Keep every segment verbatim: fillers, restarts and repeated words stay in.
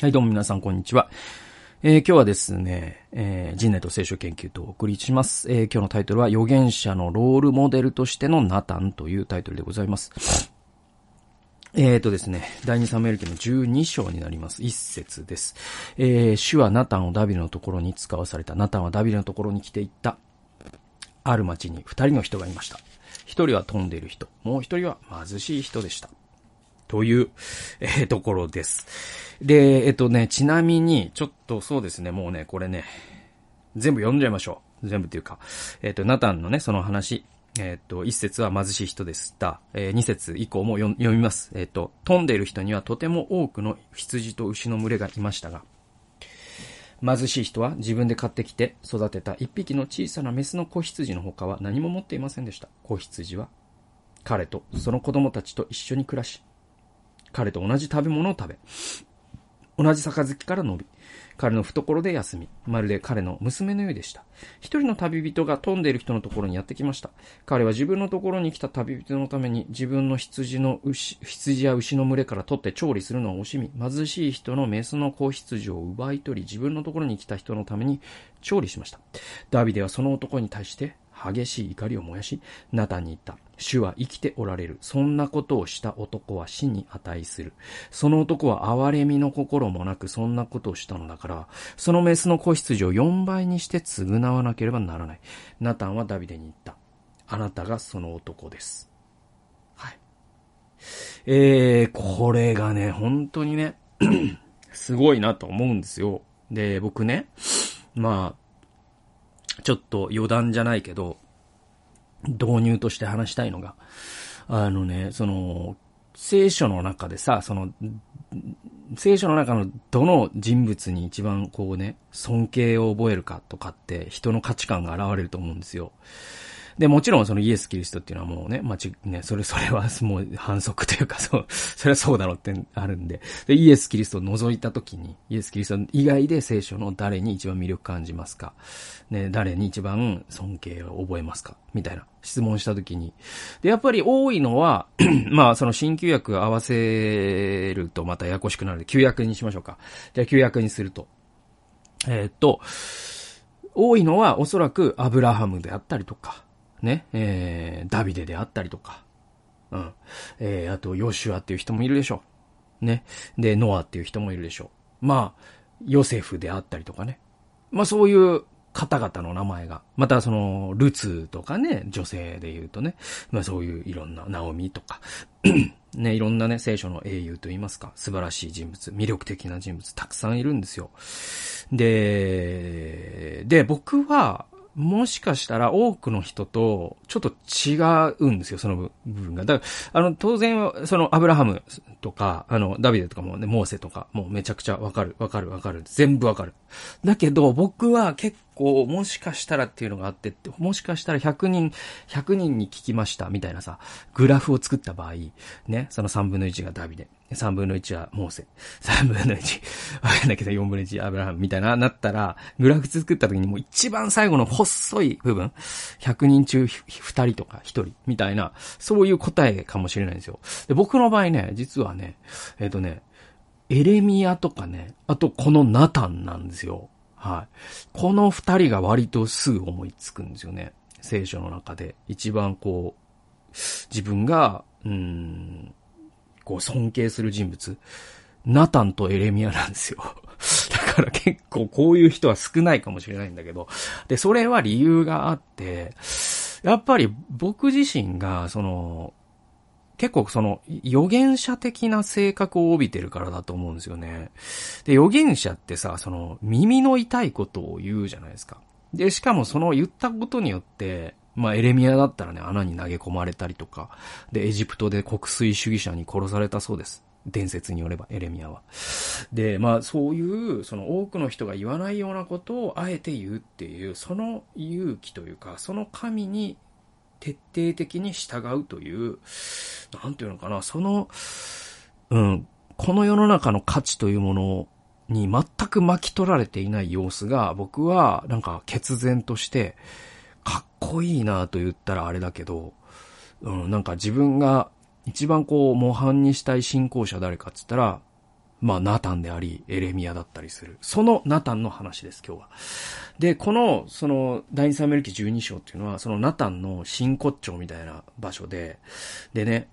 はい、どうも皆さん、こんにちは。えー、今日はですね、えー、人類と聖書研究とお送りします。えー、今日のタイトルは、預言者のロールモデルとしてのナタンというタイトルでございます。えーとですね、第二サムエル記のじゅうに章になります。一節です。えー、主はナタンをダビデのところに使わされた。ナタンはダビデのところに来ていった。ある町に二人の人がいました。一人は飛んでいる人、もう一人は貧しい人でした。という、えー、ところです。で、えっとね、ちなみに、ちょっとそうですね、もうね、これね、全部読んじゃいましょう。全部っていうか、えっと、ナタンのね、その話、えっと、一節は貧しい人でした。えー、二節以降も読みます。えっと、飛んでいる人にはとても多くの羊と牛の群れがいましたが、貧しい人は自分で買ってきて育てた一匹の小さなメスの子羊の他は何も持っていませんでした。子羊は彼とその子供たちと一緒に暮らし、彼と同じ食べ物を食べ、同じ杯から伸び、彼の懐で休み、まるで彼の娘のようでした。一人の旅人が飛んでいる人のところにやってきました。彼は自分のところに来た旅人のために自分の羊の牛、羊や牛の群れから取って調理するのを惜しみ、貧しい人のメスの子羊を奪い取り、自分のところに来た人のために調理しました。ダビデはその男に対して激しい怒りを燃やし、ナタンに言った。主は生きておられる。そんなことをした男は死に値する。その男は憐れみの心もなくそんなことをしたのだから、そのメスの子羊をよんばいにして償わなければならない。ナタンはダビデに言った。あなたがその男です。はい。えー、これがね、本当にね、すごいなと思うんですよ。で、僕ね、まあ、ちょっと余談じゃないけど、導入として話したいのが、あのね、その、聖書の中でさ、その、聖書の中のどの人物に一番こうね、尊敬を覚えるかとかって人の価値観が現れると思うんですよ。で、もちろんそのイエス・キリストっていうのはもうね、まち、ね、それ、それはもう反則というか、そう、それはそうだろうってあるんで、で、イエス・キリストを除いたときに、イエス・キリスト以外で聖書の誰に一番魅力感じますか？ね、誰に一番尊敬を覚えますか？みたいな質問したときに。で、やっぱり多いのは、まあ、その新旧約合わせるとまたややこしくなるので、旧約にしましょうか。じゃあ旧約にすると。えー、っと、多いのはおそらくアブラハムであったりとか、ね、えー、ダビデであったりとか、うん。えー、あと、ヨシュアっていう人もいるでしょう。ね。で、ノアっていう人もいるでしょう。まあ、ヨセフであったりとかね。まあ、そういう方々の名前が。また、その、ルツとかね、女性で言うとね。まあ、そういういろんな、ナオミとか。ね、いろんなね、聖書の英雄と言いますか、素晴らしい人物、魅力的な人物、たくさんいるんですよ。で、で、僕は、もしかしたら多くの人とちょっと違うんですよ、その部分が。だから、あの、当然、そのアブラハムとか、あの、ダビデとかもね、モーセとか、もうめちゃくちゃわかる、わかる、わかる。全部わかる。だけど、僕は結構、もしかしたらっていうのがあって、もしかしたらひゃくにん、ひゃくにんに聞きました、みたいなさ、グラフを作った場合、ね、そのさんぶんのいちがダビデ。さんぶんのいちはモーセ。さんぶんのいち、わかんないけどよんぶんのいちアブラハムみたいな、なったら、グラフ作った時にもう一番最後の細い部分、ひゃくにん中ふたりとかひとりみたいな、そういう答えかもしれないんですよ。で、僕の場合ね、実はね、えっとね、エレミヤとかね、あとこのナタンなんですよ。はい。この二人が割とすぐ思いつくんですよね。聖書の中で一番こう、自分が、うーん、こう尊敬する人物、ナタンとエレミヤなんですよ。だから結構こういう人は少ないかもしれないんだけど、で、それは理由があって、やっぱり僕自身が、その、結構その預言者的な性格を帯びてるからだと思うんですよね。で、預言者ってさ、その耳の痛いことを言うじゃないですか。で、しかもその言ったことによって、まあエレミヤだったらね、穴に投げ込まれたりとか、で、エジプトで国粋主義者に殺されたそうです。伝説によれば、エレミヤは。で、まあそういう、その多くの人が言わないようなことをあえて言うっていう、その勇気というか、その神に徹底的に従うという、なんていうのかな、その、うん、この世の中の価値というものに全く巻き取られていない様子が、僕はなんか決然として、かっこいいなと言ったらあれだけど、うん、なんか自分が一番こう模範にしたい信仰者誰かって言ったら、 まあ、ナタンであり、エレミヤだったりする。そのナタンの話です、今日は。で、この、その、第二サムエル記じゅうに章っていうのは、そのナタンの真骨頂みたいな場所で、でね、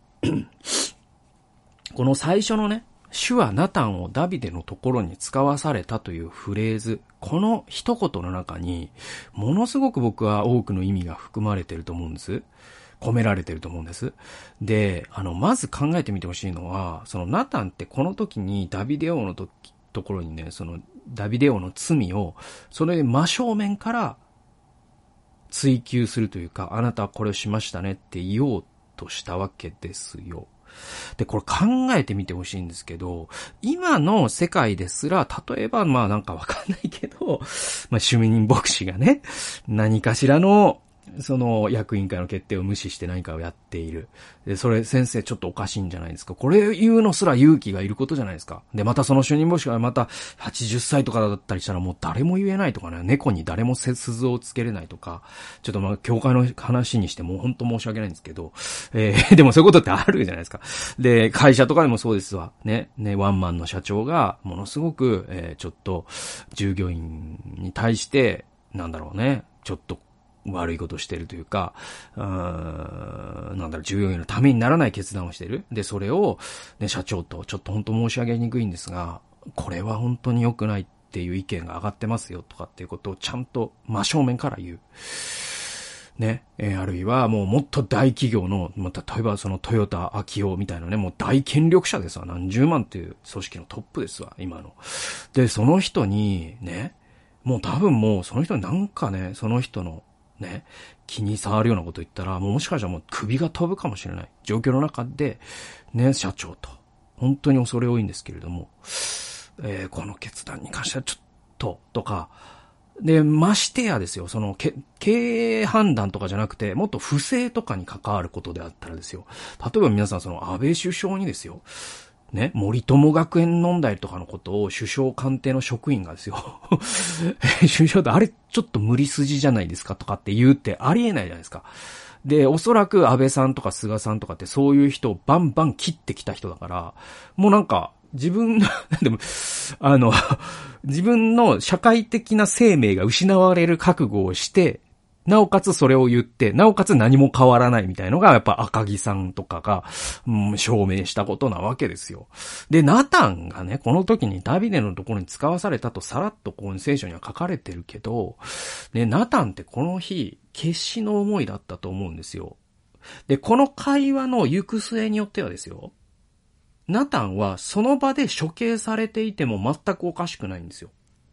この最初のね、主はナタンをダビデのところに使わされたというフレーズ、この一言の中に、ものすごく僕は多くの意味が含まれてると思うんです。込められてると思うんです。で、あの、まず考えてみてほしいのは、そのナタンってこの時にダビデ王のとところにね、そのダビデ王の罪を、それで真正面から追求するというか、あなたはこれをしましたねって言おうとしたわけですよ。で、これ考えてみてほしいんですけど、今の世界ですら、例えばまあなんかわかんないけど、まあ主任牧師がね、何かしらの、その役員会の決定を無視して何かをやっている。で、それ先生ちょっとおかしいんじゃないですか。これ言うのすら勇気がいることじゃないですか。で、またその主任牧師がまたはちじゅっさいとかだったりしたらもう誰も言えないとかね、猫に誰も鈴をつけれないとか、ちょっとまあ教会の話にしても本当申し訳ないんですけど、えー、でもそういうことってあるじゃないですか。で、会社とかでもそうですわ。ね、ね、ワンマンの社長がものすごく、えー、ちょっと従業員に対して、なんだろうね、ちょっと悪いことしてるというか、うーん、なんだろう、従業員のためにならない決断をしてる。で、それを、ね、社長とちょっと本当申し上げにくいんですが、これは本当に良くないっていう意見が上がってますよとかっていうことをちゃんと真正面から言う。ね、えー、あるいはもうもっと大企業の、まあ、例えばそのトヨタ、アキオみたいなね、もう大権力者ですわ。何十万っていう組織のトップですわ、今の。で、その人に、ね、もう多分もうその人になんかね、その人のね、気に障るようなこと言ったら、もうもしかしたらもう首が飛ぶかもしれない状況の中で、ね、社長と、本当に恐れ多いんですけれども、えー、この決断に関してはちょっと、とか、で、ましてやですよ、その、経営判断とかじゃなくて、もっと不正とかに関わることであったらですよ、例えば皆さんその安倍首相にですよ、ね、森友学園問題とかのことを首相官邸の職員がですよ。首相ってあれちょっと無理筋じゃないですかとかって言うってありえないじゃないですか。で、おそらく安倍さんとか菅さんとかってそういう人をバンバン切ってきた人だから、もうなんか自分の、でも、あの、自分の社会的な生命が失われる覚悟をして、なおかつそれを言って、なおかつ何も変わらないみたいのが、やっぱ赤木さんとかが、うん、証明したことなわけですよ。で、ナタンがね、この時にダビデのところに使わされたとさらっとこう聖書には書かれてるけど、ね、ナタンってこの日、決死の思いだったと思うんですよ。で、この会話の行く末によってはですよ、ナタンはその場で処刑されていても全くおかしくないんですよ。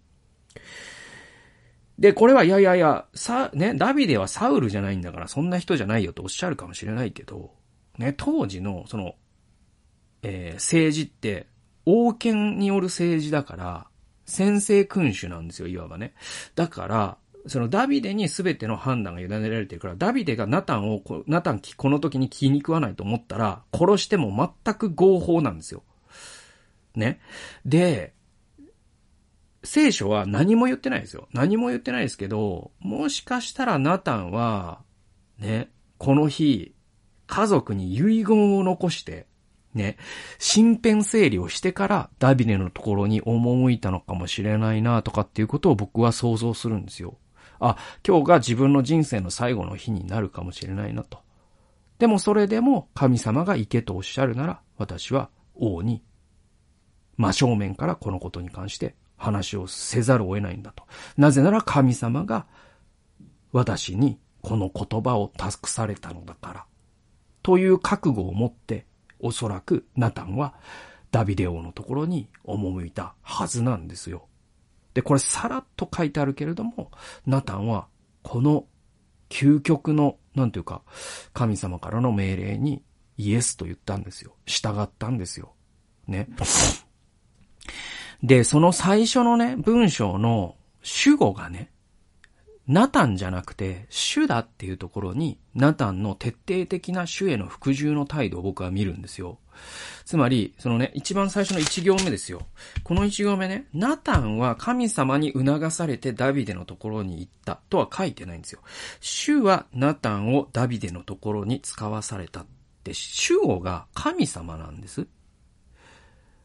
で、これは、いやいやいや、さ、ね、ダビデはサウルじゃないんだから、そんな人じゃないよとおっしゃるかもしれないけど、ね、当時の、その、えー、政治って、王権による政治だから、専制君主なんですよ、いわばね。だから、そのダビデに全ての判断が委ねられてるから、ダビデがナタンを、ナタンこの時に気に食わないと思ったら、殺しても全く合法なんですよ。ね。で、聖書は何も言ってないですよ。何も言ってないですけど、もしかしたらナタンは、ね、この日、家族に遺言を残して、ね、身辺整理をしてからダビデのところに赴いたのかもしれないなとかっていうことを僕は想像するんですよ。あ、今日が自分の人生の最後の日になるかもしれないなと。でもそれでも神様が行けとおっしゃるなら、私は王に真正面からこのことに関して話をせざるを得ないんだと。なぜなら神様が私にこの言葉を託されたのだから。という覚悟を持って、おそらくナタンはダビデ王のところに赴いたはずなんですよ。で、これさらっと書いてあるけれども、ナタンはこの究極の、なんていうか、神様からの命令にイエスと言ったんですよ。従ったんですよ。ね。で、その最初のね、文章の主語がね、ナタンじゃなくて主だっていうところに、ナタンの徹底的な主への服従の態度を僕は見るんですよ。つまり、そのね、一番最初の一行目ですよ。この一行目ね、ナタンは神様に促されてダビデのところに行ったとは書いてないんですよ。主はナタンをダビデのところに使わされたって、主語が神様なんです。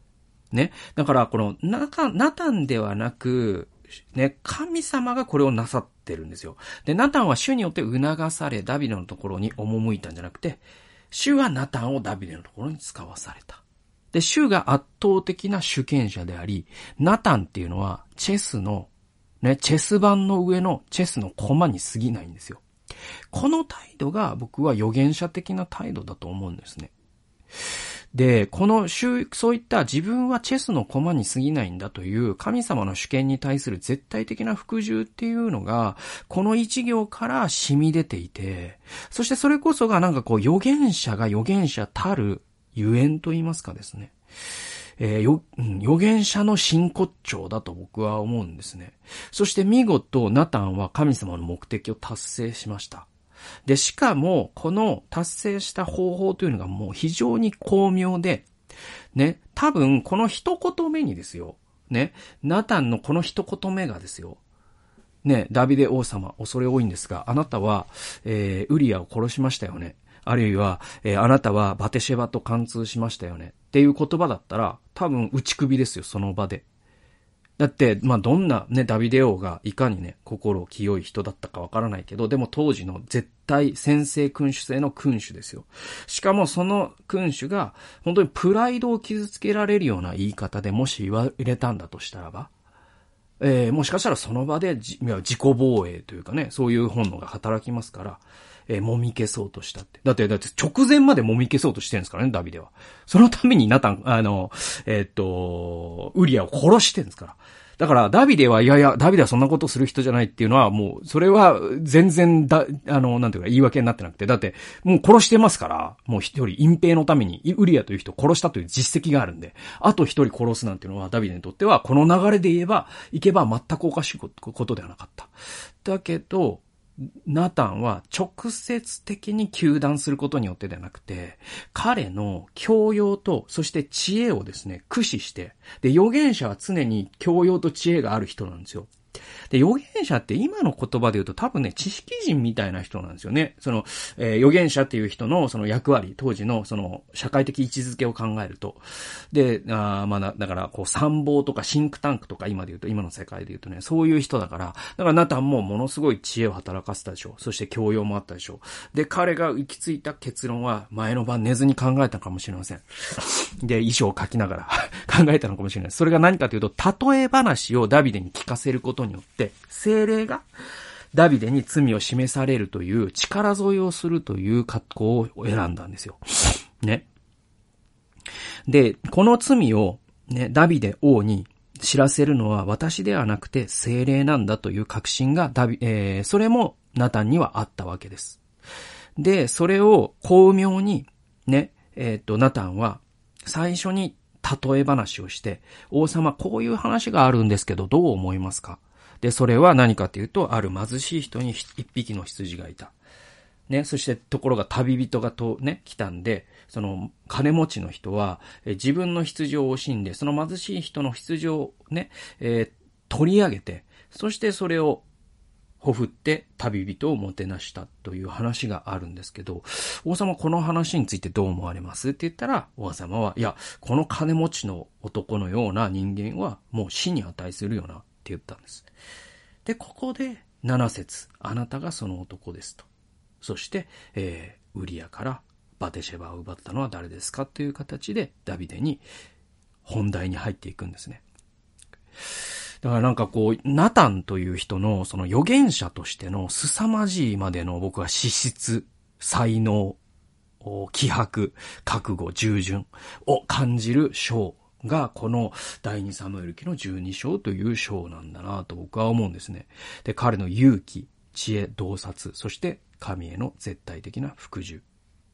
ね。だから、このナタン、ナタンではなく、ね、神様がこれをなさってるんですよ。で、ナタンは主によって促され、ダビデのところに赴いたんじゃなくて、主はナタンをダビデのところに使わされた。で、主が圧倒的な主権者であり、ナタンっていうのは、チェスの、ね、チェス盤の上のチェスの駒に過ぎないんですよ。この態度が僕は預言者的な態度だと思うんですね。で、この主、そういった自分はチェスの駒に過ぎないんだという神様の主権に対する絶対的な服従っていうのが、この一行から染み出ていて、そしてそれこそがなんかこう預言者が預言者たるゆえんと言いますかですね。えー、よ、うん、預言者の真骨頂だと僕は思うんですね。そして見事ナタンは神様の目的を達成しました。で、しかも、この達成した方法というのがもう非常に巧妙で、ね、多分この一言目にですよ、ね、ナタンのこの一言目がですよ、ね、ダビデ王様、恐れ多いんですが、あなたは、えー、ウリアを殺しましたよね。あるいは、えー、あなたはバテシェバと貫通しましたよね。っていう言葉だったら、多分打ち首ですよ、その場で。だって、まあ、どんなね、ダビデ王がいかにね、心清い人だったかわからないけど、でも当時の絶対先制君主制の君主ですよ。しかもその君主が、本当にプライドを傷つけられるような言い方でもし言われたんだとしたらば、えー、もしかしたらその場で自己防衛というかね、そういう本能が働きますから、えー、揉み消そうとしたって。だって、だって直前まで揉み消そうとしてるんですからね、ダビデは。そのためにナタン、あの、えー、っと、ウリアを殺してるんですから。だから、ダビデは、いやいや、ダビデはそんなことする人じゃないっていうのは、もう、それは全然だ、あの、なんていうか言い訳になってなくて、だって、もう殺してますから、もう一人隠蔽のために、ウリアという人を殺したという実績があるんで、あと一人殺すなんていうのは、ダビデにとっては、この流れで言えば、いけば全くおかしいことではなかった。だけど、ナタンは直接的に糾弾することによってではなくて、彼の教養と、そして知恵をですね、駆使して、で、預言者は常に教養と知恵がある人なんですよ。で、預言者って今の言葉で言うと多分ね、知識人みたいな人なんですよね。その、えー、預言者っていう人のその役割、当時のその社会的位置づけを考えると。で、あまあ、だから、こう、参謀とかシンクタンクとか今で言うと、今の世界で言うとね、そういう人だから、だからナタンもものすごい知恵を働かせたでしょ。そして教養もあったでしょ。で、彼が行き着いた結論は、前の晩寝ずに考えたかもしれません。で、遺書を書きながら考えたのかもしれない。それが何かというと、例え話をダビデに聞かせることによって、聖霊がダビデに罪を示されるという力添えをするという格好を選んだんですよ。ね。で、この罪をね、ダビデ王に知らせるのは私ではなくて聖霊なんだという確信がダビ、えー、それもナタンにはあったわけです。で、それを巧妙にね、えっと、ナタンは最初に例え話をして、王様こういう話があるんですけどどう思いますか？で、それは何かというと、ある貧しい人に一匹の羊がいた。ね、そしてところが旅人がとね、来たんで、その金持ちの人は、え自分の羊を惜しんで、その貧しい人の羊をね、えー、取り上げて、そしてそれをほふって旅人をもてなしたという話があるんですけど、王様この話についてどう思われますって言ったら、王様は、いや、この金持ちの男のような人間はもう死に値するよなって言ったんです。で、ここでなな節、あなたがその男ですと。そして、えー、ウリアからバテシェバを奪ったのは誰ですかという形でダビデに本題に入っていくんですね。だからなんかこう、ナタンという人のその預言者としての凄まじいまでの僕は資質、才能、気迫、覚悟、従順を感じる章がこの第二サムエル記のじゅうに章という章なんだなと僕は思うんですね。で、彼の勇気、知恵、洞察、そして神への絶対的な服従。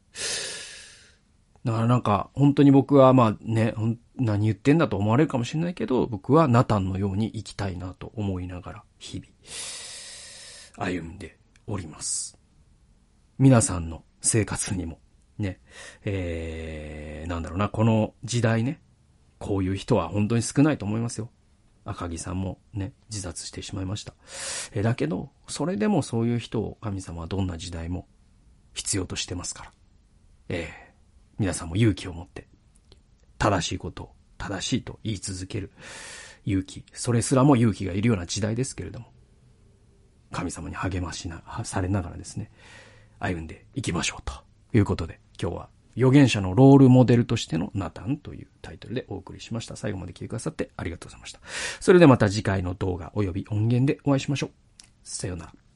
だからなんか本当に僕はまあね、何言ってんだと思われるかもしれないけど、僕はナタンのように生きたいなと思いながら日々歩んでおります。皆さんの生活にもね、えー、なんだろうな、この時代ね、こういう人は本当に少ないと思いますよ。赤木さんもね、自殺してしまいました。えだけど、それでもそういう人を神様はどんな時代も必要としてますから。えー、皆さんも勇気を持って、正しいことを正しいと言い続ける勇気、それすらも勇気がいるような時代ですけれども、神様に励ましな、されながらですね、歩んでいきましょうということで、今日は預言者のロールモデルとしてのナタンというタイトルでお送りしました。最後まで聞いてくださってありがとうございました。それではまた次回の動画及び音源でお会いしましょう。さようなら。